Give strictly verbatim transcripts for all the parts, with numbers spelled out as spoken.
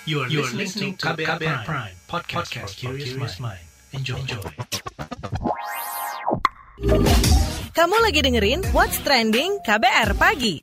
You are, you are listening to K B R Prime, podcast, podcast for curious mind. Enjoy. Enjoy. Kamu lagi dengerin What's Trending K B R Pagi.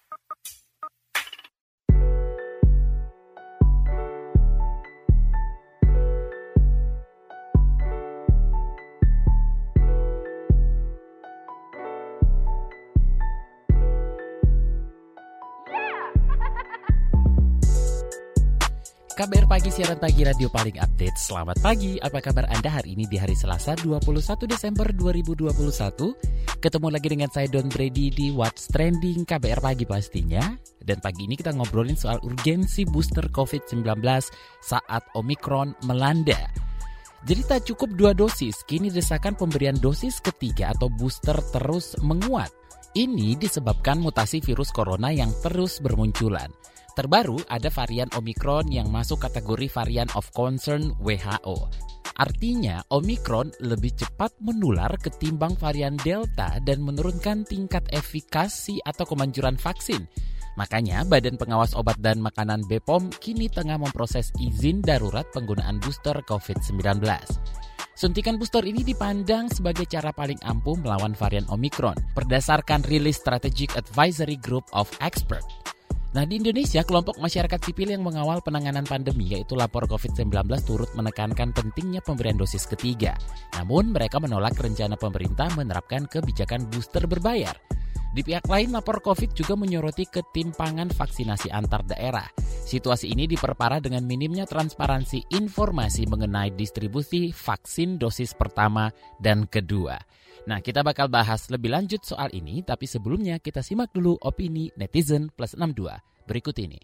K B R Pagi, siaran pagi radio paling update. Selamat pagi, apa kabar Anda hari ini di hari Selasa dua puluh satu Desember dua ribu dua puluh satu? Ketemu lagi dengan saya Don Brady di What's Trending K B R Pagi pastinya. Dan pagi ini kita ngobrolin soal urgensi booster covid sembilan belas saat Omicron melanda. Jadi tak cukup dua dosis, kini desakan pemberian dosis ketiga atau booster terus menguat. Ini disebabkan mutasi virus corona yang terus bermunculan. Terbaru ada varian Omicron yang masuk kategori varian of concern W H O. Artinya Omicron lebih cepat menular ketimbang varian Delta dan menurunkan tingkat efikasi atau kemanjuran vaksin. Makanya Badan Pengawas Obat dan Makanan B P O M kini tengah memproses izin darurat penggunaan booster covid sembilan belas. Suntikan booster ini dipandang sebagai cara paling ampuh melawan varian Omicron berdasarkan rilis Strategic Advisory Group of Experts. Nah, di Indonesia, kelompok masyarakat sipil yang mengawal penanganan pandemi yaitu Lapor covid sembilan belas turut menekankan pentingnya pemberian dosis ketiga. Namun, mereka menolak rencana pemerintah menerapkan kebijakan booster berbayar. Di pihak lain, Lapor Covid juga menyoroti ketimpangan vaksinasi antar daerah. Situasi ini diperparah dengan minimnya transparansi informasi mengenai distribusi vaksin dosis pertama dan kedua. Nah, kita bakal bahas lebih lanjut soal ini, tapi sebelumnya kita simak dulu opini netizen plus enam dua berikut ini.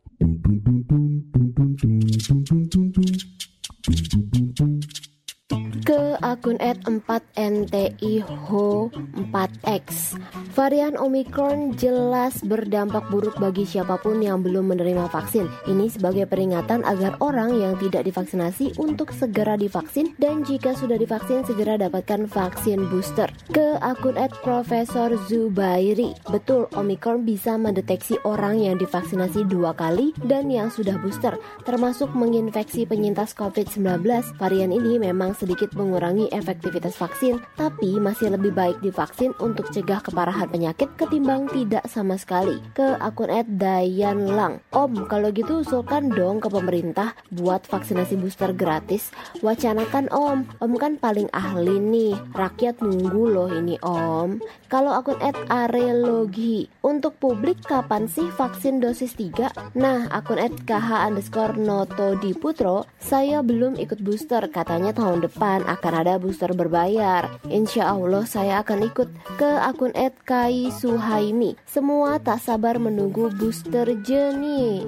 Ke akun et empat N T I H O empat X. Varian Omicron jelas berdampak buruk bagi siapapun yang belum menerima vaksin. Ini sebagai peringatan agar orang yang tidak divaksinasi untuk segera divaksin, dan jika sudah divaksin segera dapatkan vaksin booster. Ke akun et Profesor Zubairi. Betul, Omicron bisa mendeteksi orang yang divaksinasi dua kali dan yang sudah booster, termasuk menginfeksi penyintas covid sembilan belas. Varian ini memang sedikit mengurangi efektivitas vaksin, tapi masih lebih baik divaksin untuk cegah keparahan penyakit ketimbang tidak sama sekali. Ke akun et Dayan Lang. Om, kalau gitu usulkan dong ke pemerintah buat vaksinasi booster gratis. Wacanakan Om, Om kan paling ahli nih. Rakyat nunggu loh ini Om. Kalau akun et Areologi. Untuk publik kapan sih vaksin dosis tiga? Nah, akun et K H underscore Noto Diputro. Saya belum ikut booster, katanya tahun depan akan ada booster berbayar. Insya Allah saya akan ikut. Ke akun et Kai Suhaimi. Semua tak sabar menunggu booster jeni.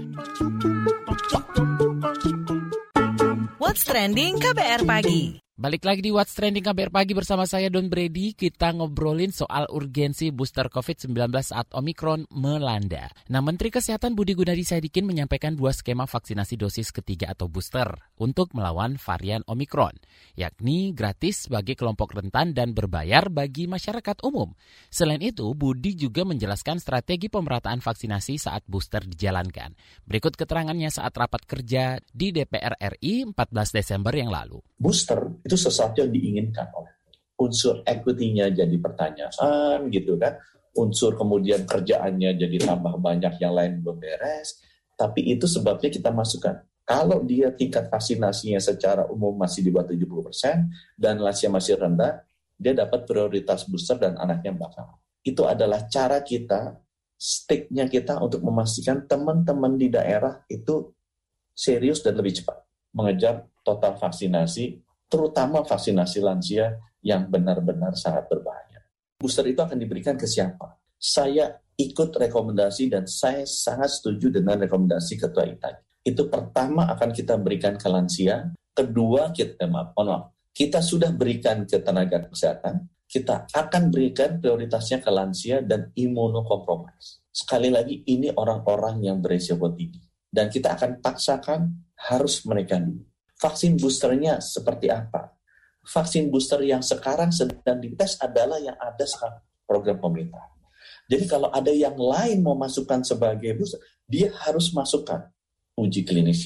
What's Trending K B R Pagi. Balik lagi di What's Trending K B R Pagi bersama saya Don Brady. Kita ngobrolin soal urgensi booster covid sembilan belas saat Omicron melanda. Nah, Menteri Kesehatan Budi Gunadi Sadikin menyampaikan dua skema vaksinasi dosis ketiga atau booster untuk melawan varian Omicron, yakni gratis bagi kelompok rentan dan berbayar bagi masyarakat umum. Selain itu, Budi juga menjelaskan strategi pemerataan vaksinasi saat booster dijalankan. Berikut keterangannya saat rapat kerja di D P R R I empat belas Desember yang lalu. Booster itu sesuatu yang diinginkan oleh unsur equity-nya jadi pertanyaan gitu kan, unsur kemudian kerjaannya jadi tambah banyak, yang lain belum beres, tapi itu sebabnya kita masukkan. Kalau dia tingkat vaksinasinya secara umum masih di bawah tujuh puluh persen dan lansia masih rendah, dia dapat prioritas booster dan anaknya bakal. Itu adalah cara kita, stick-nya kita untuk memastikan teman-teman di daerah itu serius dan lebih cepat mengejar total vaksinasi, terutama vaksinasi lansia yang benar-benar sangat berbahaya. Booster itu akan diberikan ke siapa? Saya ikut rekomendasi dan saya sangat setuju dengan rekomendasi Ketua I T A I. Itu pertama akan kita berikan ke lansia, kedua kita, maaf, oh no, kita sudah berikan ke tenaga kesehatan, kita akan berikan prioritasnya ke lansia dan imunokompromis. Sekali lagi, ini orang-orang yang berisiko tinggi. Dan kita akan paksakan harus mereka dulu. Vaksin boosternya seperti apa? Vaksin booster yang sekarang sedang dites adalah yang ada sekarang, program pemerintah. Jadi kalau ada yang lain mau masukkan sebagai booster, dia harus masukkan uji klinisnya.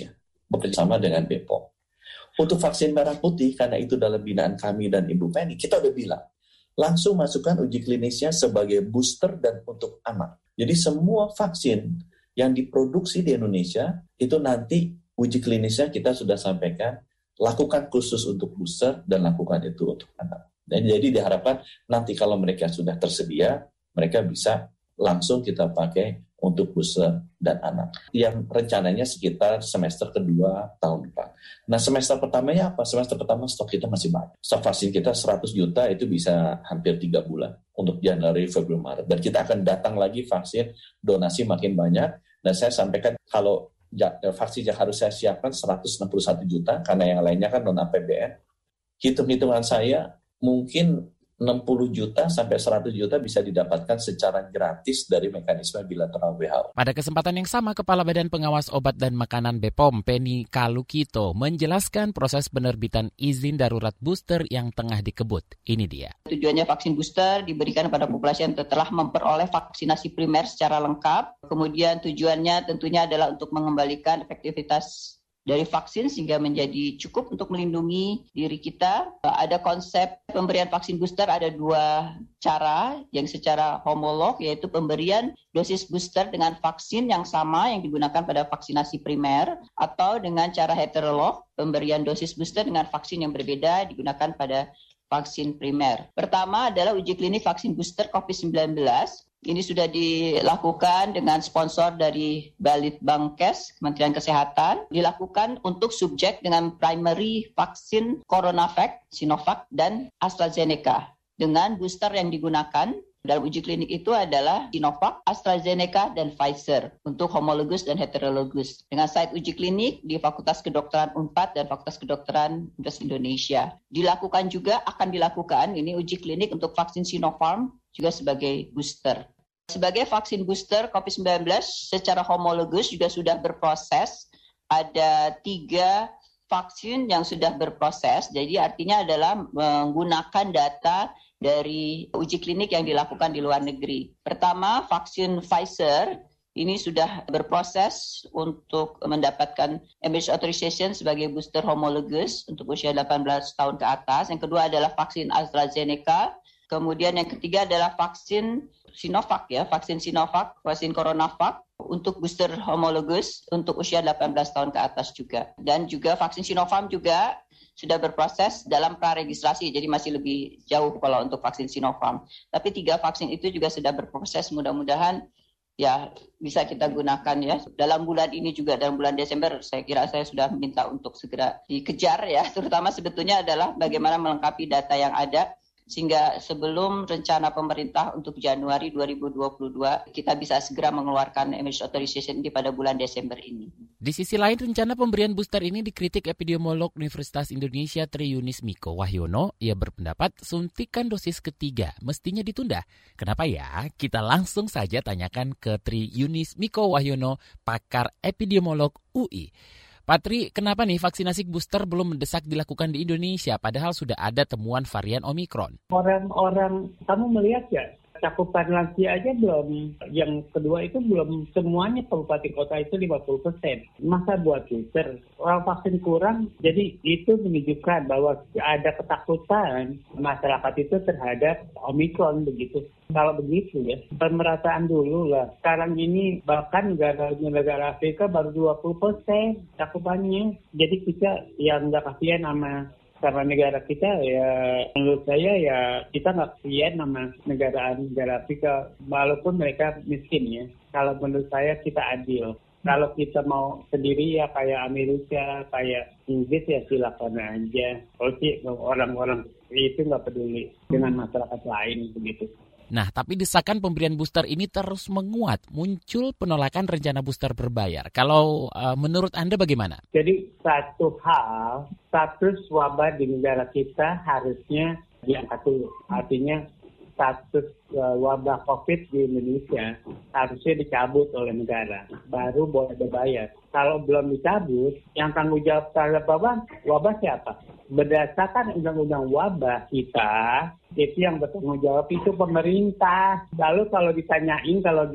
bekerjasama dengan B P O M. Untuk vaksin merah putih, karena itu dalam binaan kami dan Ibu Penny, kita udah bilang, langsung masukkan uji klinisnya sebagai booster dan untuk anak. Jadi semua vaksin yang diproduksi di Indonesia, itu nanti uji klinisnya kita sudah sampaikan, lakukan khusus untuk booster dan lakukan itu untuk anak. Dan jadi diharapkan nanti kalau mereka sudah tersedia, mereka bisa langsung kita pakai untuk booster dan anak. Yang rencananya sekitar semester kedua tahun depan. Nah semester pertamanya apa? Semester pertama stok kita masih banyak. Stok vaksin kita seratus juta itu bisa hampir tiga bulan untuk Januari, Februari, Maret. Dan kita akan datang lagi vaksin, donasi makin banyak. Dan saya sampaikan kalau vaksin yang harus saya siapkan seratus enam puluh satu juta, karena yang lainnya kan non A P B N. Hitung-hitungan saya mungkin enam puluh juta sampai seratus juta bisa didapatkan secara gratis dari mekanisme bilateral W H O. Pada kesempatan yang sama, Kepala Badan Pengawas Obat dan Makanan B P O M, Penny Kalukito, menjelaskan proses penerbitan izin darurat booster yang tengah dikebut. Ini dia. Tujuannya vaksin booster diberikan pada populasi yang telah memperoleh vaksinasi primer secara lengkap. Kemudian tujuannya tentunya adalah untuk mengembalikan efektivitas dari vaksin sehingga menjadi cukup untuk melindungi diri kita. Ada konsep pemberian vaksin booster, ada dua cara yang secara homolog, yaitu pemberian dosis booster dengan vaksin yang sama yang digunakan pada vaksinasi primer, atau dengan cara heterolog, pemberian dosis booster dengan vaksin yang berbeda digunakan pada vaksin primer. Pertama adalah uji klinik vaksin booster covid sembilan belas. Ini sudah dilakukan dengan sponsor dari Balitbangkes, Kementerian Kesehatan. Dilakukan untuk subjek dengan primary vaksin CoronaVac, Sinovac, dan AstraZeneca. Dengan booster yang digunakan dalam uji klinik itu adalah Sinovac, AstraZeneca, dan Pfizer untuk homologus dan heterologus. Dengan site uji klinik di Fakultas Kedokteran Unpad dan Fakultas Kedokteran Universitas Indonesia. Dilakukan juga, akan dilakukan, ini uji klinik untuk vaksin Sinopharm juga sebagai booster. Sebagai vaksin booster covid sembilan belas secara homologus juga sudah berproses. Ada tiga vaksin yang sudah berproses. Jadi artinya adalah menggunakan data dari uji klinik yang dilakukan di luar negeri. Pertama, vaksin Pfizer ini sudah berproses untuk mendapatkan emergency authorization sebagai booster homologus untuk usia delapan belas tahun ke atas. Yang kedua adalah vaksin AstraZeneca. Kemudian yang ketiga adalah vaksin Sinovac ya, vaksin Sinovac, vaksin CoronaVac untuk booster homologus untuk usia delapan belas tahun ke atas juga. Dan juga vaksin Sinopharm juga sudah berproses dalam praregistrasi, jadi masih lebih jauh kalau untuk vaksin Sinopharm. Tapi tiga vaksin itu juga sudah berproses, mudah-mudahan ya bisa kita gunakan ya. Dalam bulan ini juga, dalam bulan Desember, saya kira saya sudah minta untuk segera dikejar ya, terutama sebetulnya adalah bagaimana melengkapi data yang ada, sehingga sebelum rencana pemerintah untuk Januari dua ribu dua puluh dua kita bisa segera mengeluarkan emergency authorization ini pada bulan Desember ini. Di sisi lain, rencana pemberian booster ini dikritik epidemiolog Universitas Indonesia Tri Yunis Miko Wahyono. Ia berpendapat suntikan dosis ketiga mestinya ditunda. Kenapa ya? Kita langsung saja tanyakan ke Tri Yunis Miko Wahyono, pakar epidemiolog U I. Pak Tri, kenapa nih vaksinasi booster belum mendesak dilakukan di Indonesia, padahal sudah ada temuan varian Omikron? Orang-orang, kamu melihat ya, cakupan lansia aja belum, yang kedua itu belum semuanya kabupaten kota itu lima puluh persen. Masa buat booster? Orang vaksin kurang, jadi itu menunjukkan bahwa ada ketakutan masyarakat itu terhadap Omikron begitu. Kalau begitu ya, pemerataan dulu lah. Sekarang ini bahkan negara-negara Afrika baru dua puluh persen cakupannya. Jadi kita yang nggak kasihan sama sama negara kita ya, menurut saya ya kita nggak kasihan sama negara-negara Afrika walaupun mereka miskin ya. Kalau menurut saya kita adil. Kalau kita mau sendiri ya kayak Amerika, kayak Inggris ya silakan aja. Kalau sih orang-orang itu nggak peduli dengan masyarakat lain begitu. Nah, tapi desakan pemberian booster ini terus menguat. Muncul penolakan rencana booster berbayar. Kalau uh, menurut Anda bagaimana? Jadi satu hal, status wabah di negara kita harusnya diangkat dulu. Artinya status uh, wabah COVID di Indonesia harusnya dicabut oleh negara. Baru boleh berbayar. Kalau belum dicabut, yang tanggung jawab terhadap wabah, wabah siapa? Berdasarkan undang-undang wabah kita, itu yang bertanggung jawab itu pemerintah. Lalu kalau ditanyain, kalau di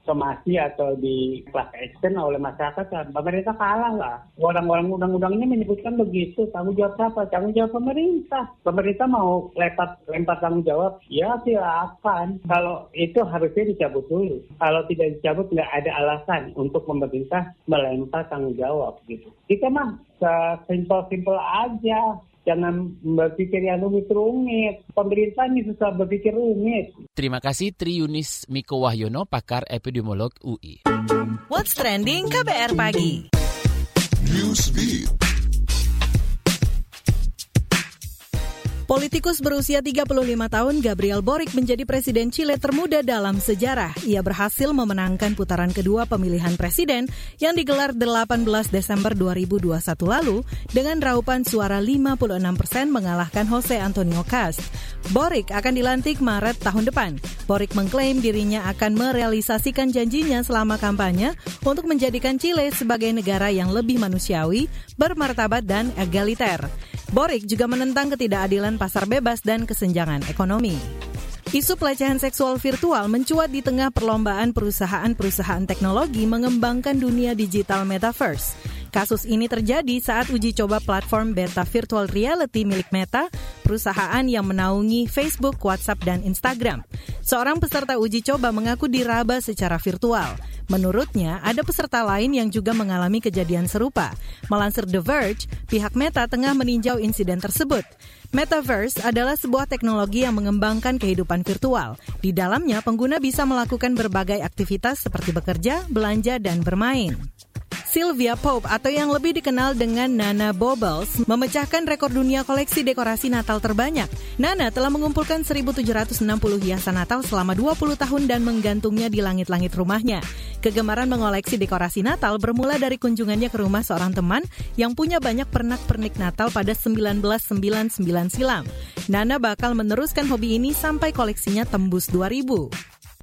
somasi atau di class action oleh masyarakat, pemerintah kalah lah. Orang-orang undang-undangnya menyebutkan begitu. Tanggung jawab siapa? Tanggung jawab pemerintah. Pemerintah mau lempar lempar tanggung jawab, ya silakan. Kalau itu harusnya dicabut dulu. Kalau tidak dicabut, nggak ada alasan untuk pemerintah melempar tanggung jawab gitu. Kita mah simpel-simpel aja. Jangan berpikir yang rumit-rumit. Pemerintah ini susah berpikir rumit. Terima kasih Tri Yunis Miko Wahyono, pakar epidemiolog U I. What's Trending K B R Pagi. Newsbeat. Politikus berusia tiga puluh lima tahun Gabriel Boric menjadi presiden Chile termuda dalam sejarah. Ia berhasil memenangkan putaran kedua pemilihan presiden yang digelar delapan belas Desember dua ribu dua puluh satu lalu dengan raupan suara lima puluh enam persen mengalahkan Jose Antonio Cast. Boric akan dilantik Maret tahun depan. Boric mengklaim dirinya akan merealisasikan janjinya selama kampanye untuk menjadikan Chile sebagai negara yang lebih manusiawi, bermartabat dan egaliter. Boric juga menentang ketidakadilan pasar bebas dan kesenjangan ekonomi. Isu pelecehan seksual virtual mencuat di tengah perlombaan perusahaan-perusahaan teknologi mengembangkan dunia digital metaverse. Kasus ini terjadi saat uji coba platform beta virtual reality milik Meta, perusahaan yang menaungi Facebook, WhatsApp, dan Instagram. Seorang peserta uji coba mengaku diraba secara virtual. Menurutnya, ada peserta lain yang juga mengalami kejadian serupa. Melansir The Verge, pihak Meta tengah meninjau insiden tersebut. Metaverse adalah sebuah teknologi yang mengembangkan kehidupan virtual. Di dalamnya, pengguna bisa melakukan berbagai aktivitas seperti bekerja, belanja, dan bermain. Sylvia Pope atau yang lebih dikenal dengan Nana Baubles memecahkan rekor dunia koleksi dekorasi Natal terbanyak. Nana telah mengumpulkan seribu tujuh ratus enam puluh hiasan Natal selama dua puluh tahun dan menggantungnya di langit-langit rumahnya. Kegemaran mengoleksi dekorasi Natal bermula dari kunjungannya ke rumah seorang teman yang punya banyak pernak-pernik Natal pada seribu sembilan ratus sembilan puluh sembilan silam. Nana bakal meneruskan hobi ini sampai koleksinya tembus dua ribu.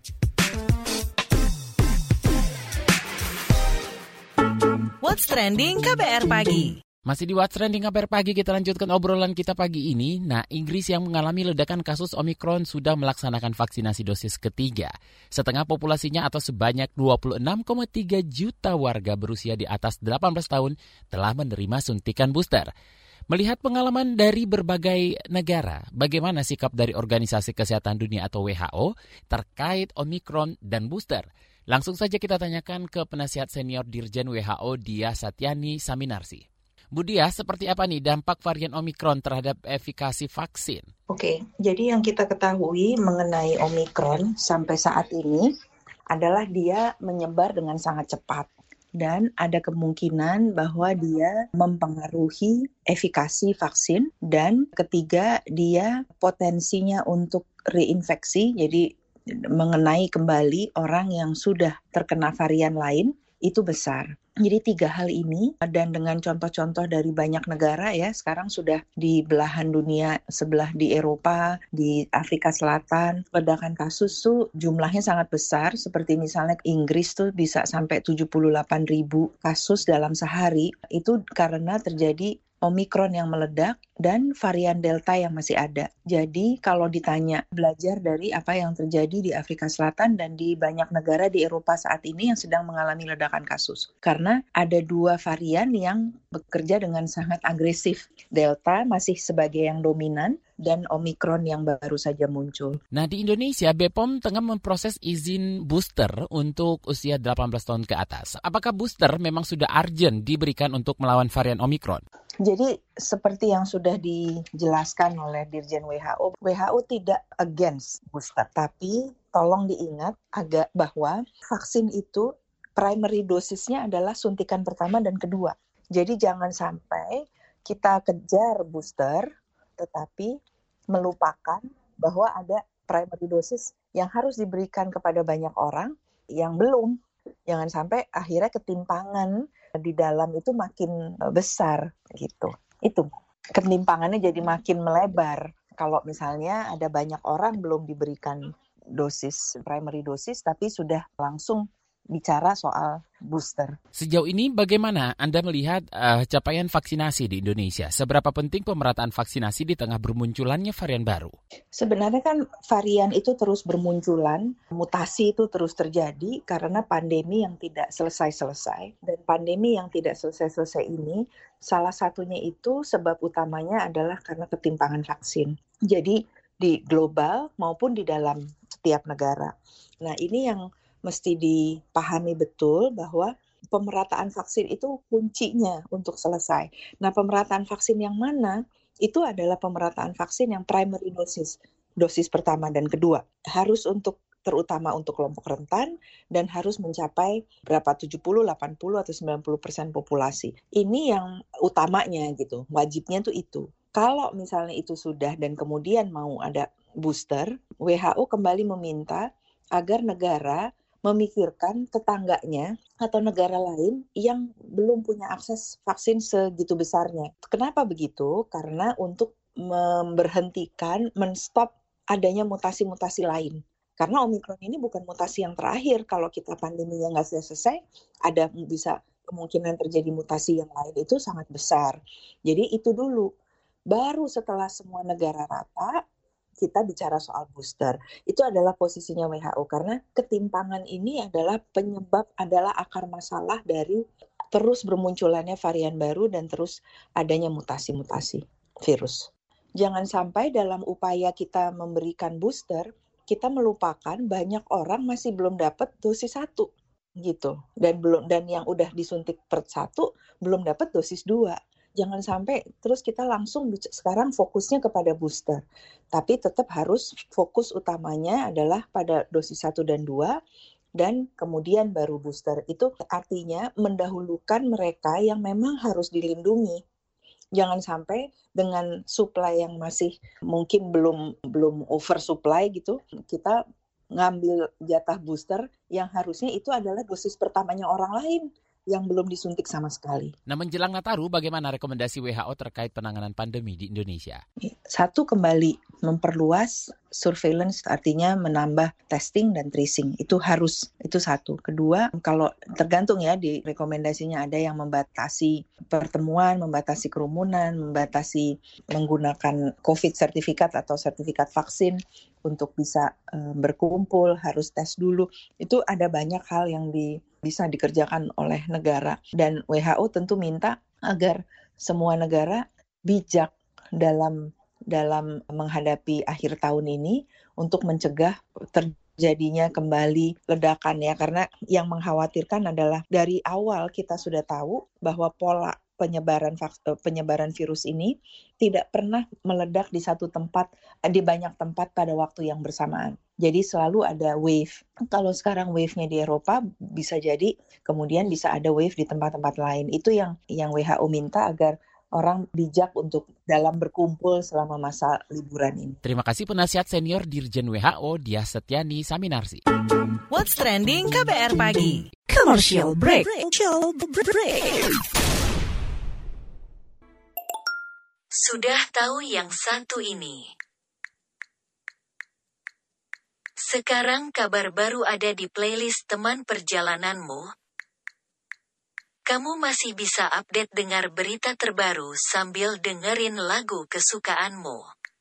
What's Trending K B R Pagi. Masih di What's Trending K B R Pagi, kita lanjutkan obrolan kita pagi ini. Nah, Inggris yang mengalami ledakan kasus Omicron sudah melaksanakan vaksinasi dosis ketiga. Setengah populasinya atau sebanyak dua puluh enam koma tiga juta warga berusia di atas delapan belas tahun telah menerima suntikan booster. Melihat pengalaman dari berbagai negara, bagaimana sikap dari Organisasi Kesehatan Dunia atau W H O terkait Omicron dan booster? Langsung saja kita tanyakan ke penasihat senior Dirjen W H O Dia Satyani Saminarsi. Bu Dia, seperti apa nih dampak varian Omicron terhadap efikasi vaksin? Oke, jadi yang kita ketahui mengenai Omicron sampai saat ini adalah dia menyebar dengan sangat cepat. Dan ada kemungkinan bahwa dia mempengaruhi efikasi vaksin. Dan ketiga, dia potensinya untuk reinfeksi, jadi mengenai kembali orang yang sudah terkena varian lain, itu besar. Jadi tiga hal ini, dan dengan contoh-contoh dari banyak negara ya, sekarang sudah di belahan dunia sebelah di Eropa, di Afrika Selatan, ledakan kasus tuh jumlahnya sangat besar, seperti misalnya Inggris tuh bisa sampai tujuh puluh delapan ribu kasus dalam sehari, itu karena terjadi Omicron yang meledak dan varian Delta yang masih ada. Jadi kalau ditanya belajar dari apa yang terjadi di Afrika Selatan dan di banyak negara di Eropa saat ini yang sedang mengalami ledakan kasus. Karena ada dua varian yang bekerja dengan sangat agresif. Delta masih sebagai yang dominan dan Omicron yang baru saja muncul. Nah, di Indonesia, B P O M tengah memproses izin booster untuk usia delapan belas tahun ke atas. Apakah booster memang sudah urgent diberikan untuk melawan varian Omicron? Jadi seperti yang sudah dijelaskan oleh Dirjen W H O, W H O tidak against booster. Tapi tolong diingat agak bahwa vaksin itu primary dosisnya adalah suntikan pertama dan kedua. Jadi jangan sampai kita kejar booster tetapi melupakan bahwa ada primary dosis yang harus diberikan kepada banyak orang yang belum. Jangan sampai akhirnya ketimpangan di dalam itu makin besar gitu. Itu ketimpangannya jadi makin melebar. Kalau misalnya ada banyak orang belum diberikan dosis primary dosis tapi sudah langsung bicara soal booster. Sejauh ini bagaimana Anda melihat uh, capaian vaksinasi di Indonesia? Seberapa penting pemerataan vaksinasi di tengah bermunculannya varian baru? Sebenarnya kan varian itu terus bermunculan, mutasi itu terus terjadi karena pandemi yang tidak selesai-selesai. Dan pandemi yang tidak selesai-selesai ini, salah satunya itu sebab utamanya adalah karena ketimpangan vaksin. Jadi di global maupun di dalam setiap negara. Nah ini yang mesti dipahami betul bahwa pemerataan vaksin itu kuncinya untuk selesai. Nah, pemerataan vaksin yang mana? Itu adalah pemerataan vaksin yang primary dosis, dosis pertama dan kedua. Harus untuk terutama untuk kelompok rentan dan harus mencapai berapa tujuh puluh, delapan puluh atau sembilan puluh persen populasi. Ini yang utamanya gitu. Wajibnya tuh itu. Kalau misalnya itu sudah dan kemudian mau ada booster, W H O kembali meminta agar negara memikirkan tetangganya atau negara lain yang belum punya akses vaksin segitu besarnya. Kenapa begitu? Karena untuk memberhentikan, men-stop adanya mutasi-mutasi lain. Karena Omikron ini bukan mutasi yang terakhir. Kalau kita pandeminya nggak selesai, ada bisa kemungkinan terjadi mutasi yang lain itu sangat besar. Jadi itu dulu. Baru setelah semua negara rata, kita bicara soal booster. Itu adalah posisinya W H O karena ketimpangan ini adalah penyebab, adalah akar masalah dari terus bermunculannya varian baru dan terus adanya mutasi-mutasi virus. Jangan sampai dalam upaya kita memberikan booster, kita melupakan banyak orang masih belum dapat dosis satu gitu. Dan belum dan yang udah disuntik per satu belum dapat dosis dua. Jangan sampai terus kita langsung sekarang fokusnya kepada booster. Tapi tetap harus fokus utamanya adalah pada dosis satu dan dua dan kemudian baru booster. Itu artinya mendahulukan mereka yang memang harus dilindungi. Jangan sampai dengan supply yang masih mungkin belum belum oversupply gitu, kita ngambil jatah booster yang harusnya itu adalah dosis pertamanya orang lain yang belum disuntik sama sekali. Nah, menjelang Nataru, bagaimana rekomendasi W H O terkait penanganan pandemi di Indonesia? Satu, kembali memperluas surveillance, artinya menambah testing dan tracing. Itu harus, itu satu. Kedua, kalau tergantung ya, di rekomendasinya ada yang membatasi pertemuan, membatasi kerumunan, membatasi menggunakan COVID sertifikat atau sertifikat vaksin untuk bisa uh, berkumpul, harus tes dulu. Itu ada banyak hal yang di bisa dikerjakan oleh negara. Dan W H O tentu minta agar semua negara bijak dalam dalam menghadapi akhir tahun ini untuk mencegah terjadinya kembali ledakan ya. Karena yang mengkhawatirkan adalah dari awal kita sudah tahu bahwa pola penyebaran penyebaran virus ini tidak pernah meledak di satu tempat, di banyak tempat pada waktu yang bersamaan. Jadi selalu ada wave. Kalau sekarang wave-nya di Eropa, bisa jadi kemudian bisa ada wave di tempat-tempat lain. Itu yang yang W H O minta agar orang bijak untuk dalam berkumpul selama masa liburan ini. Terima kasih penasihat senior Dirjen W H O Diah Setiani Saminarsi. What's trending K B R Pagi? Commercial break. Commercial break. Sudah tahu yang satu ini? Sekarang kabar baru ada di playlist teman perjalananmu. Kamu masih bisa update dengar berita terbaru sambil dengerin lagu kesukaanmu.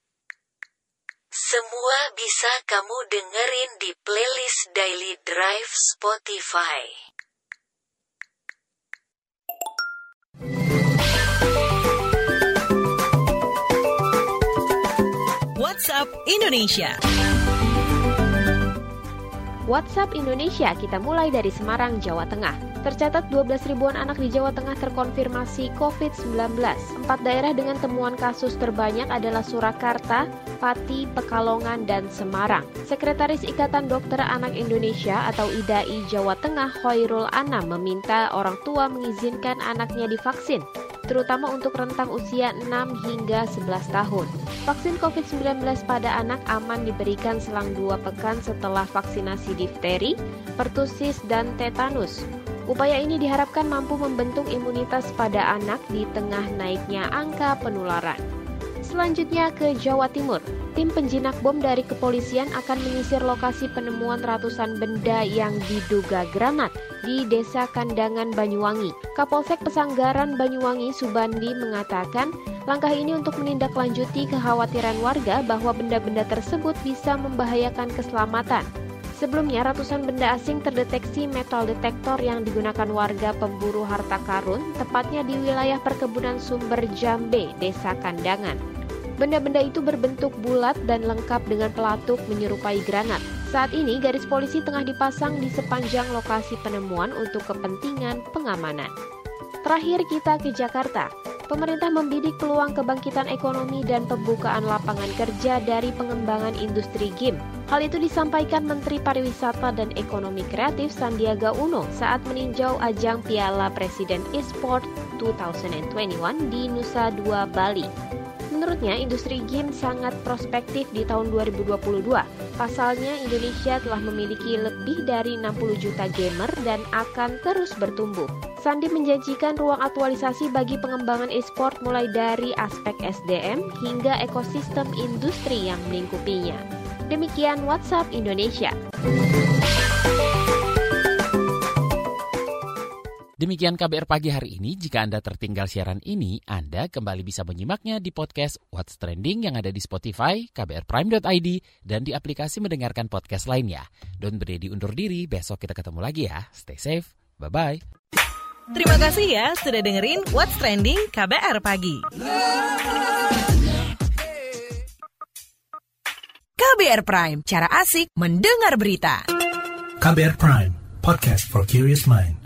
Semua bisa kamu dengerin di playlist Daily Drive Spotify. WhatsApp Indonesia. WhatsApp Indonesia, kita mulai dari Semarang, Jawa Tengah. Tercatat dua belas ribuan anak di Jawa Tengah terkonfirmasi covid sembilan belas. Empat daerah dengan temuan kasus terbanyak adalah Surakarta, Pati, Pekalongan, dan Semarang. Sekretaris Ikatan Dokter Anak Indonesia atau I D A I Jawa Tengah, Hoirul Anam, meminta orang tua mengizinkan anaknya divaksin, terutama untuk rentang usia enam hingga sebelas tahun. Vaksin covid sembilan belas pada anak aman diberikan selang dua pekan setelah vaksinasi difteri, pertusis, dan tetanus. Upaya ini diharapkan mampu membentuk imunitas pada anak di tengah naiknya angka penularan. Selanjutnya ke Jawa Timur. Tim penjinak bom dari kepolisian akan menyisir lokasi penemuan ratusan benda yang diduga granat di Desa Kandangan, Banyuwangi. Kapolsek Pesanggaran Banyuwangi, Subandi, mengatakan langkah ini untuk menindaklanjuti kekhawatiran warga bahwa benda-benda tersebut bisa membahayakan keselamatan. Sebelumnya, ratusan benda asing terdeteksi metal detektor yang digunakan warga pemburu harta karun, tepatnya di wilayah perkebunan Sumber Jambe, Desa Kandangan. Benda-benda itu berbentuk bulat dan lengkap dengan pelatuk menyerupai granat. Saat ini, garis polisi tengah dipasang di sepanjang lokasi penemuan untuk kepentingan pengamanan. Terakhir kita ke Jakarta. Pemerintah membidik peluang kebangkitan ekonomi dan pembukaan lapangan kerja dari pengembangan industri game. Hal itu disampaikan Menteri Pariwisata dan Ekonomi Kreatif Sandiaga Uno saat meninjau ajang Piala Presiden eSport dua ribu dua puluh satu di Nusa Dua, Bali. Menurutnya, industri game sangat prospektif di tahun dua ribu dua puluh dua. Pasalnya, Indonesia telah memiliki lebih dari enam puluh juta gamer dan akan terus bertumbuh. Sandi menjanjikan ruang aktualisasi bagi pengembangan e-sport mulai dari aspek S D M hingga ekosistem industri yang melingkupinya. Demikian WhatsApp Indonesia. Demikian K B R Pagi hari ini. Jika Anda tertinggal siaran ini, Anda kembali bisa menyimaknya di podcast What's Trending yang ada di Spotify, k b r prime dot i d, dan di aplikasi mendengarkan podcast lainnya. Don Brady undur diri, besok kita ketemu lagi ya. Stay safe, bye-bye. Terima kasih ya sudah dengerin What's Trending K B R Pagi. K B R Prime, cara asik mendengar berita. K B R Prime, podcast for curious mind.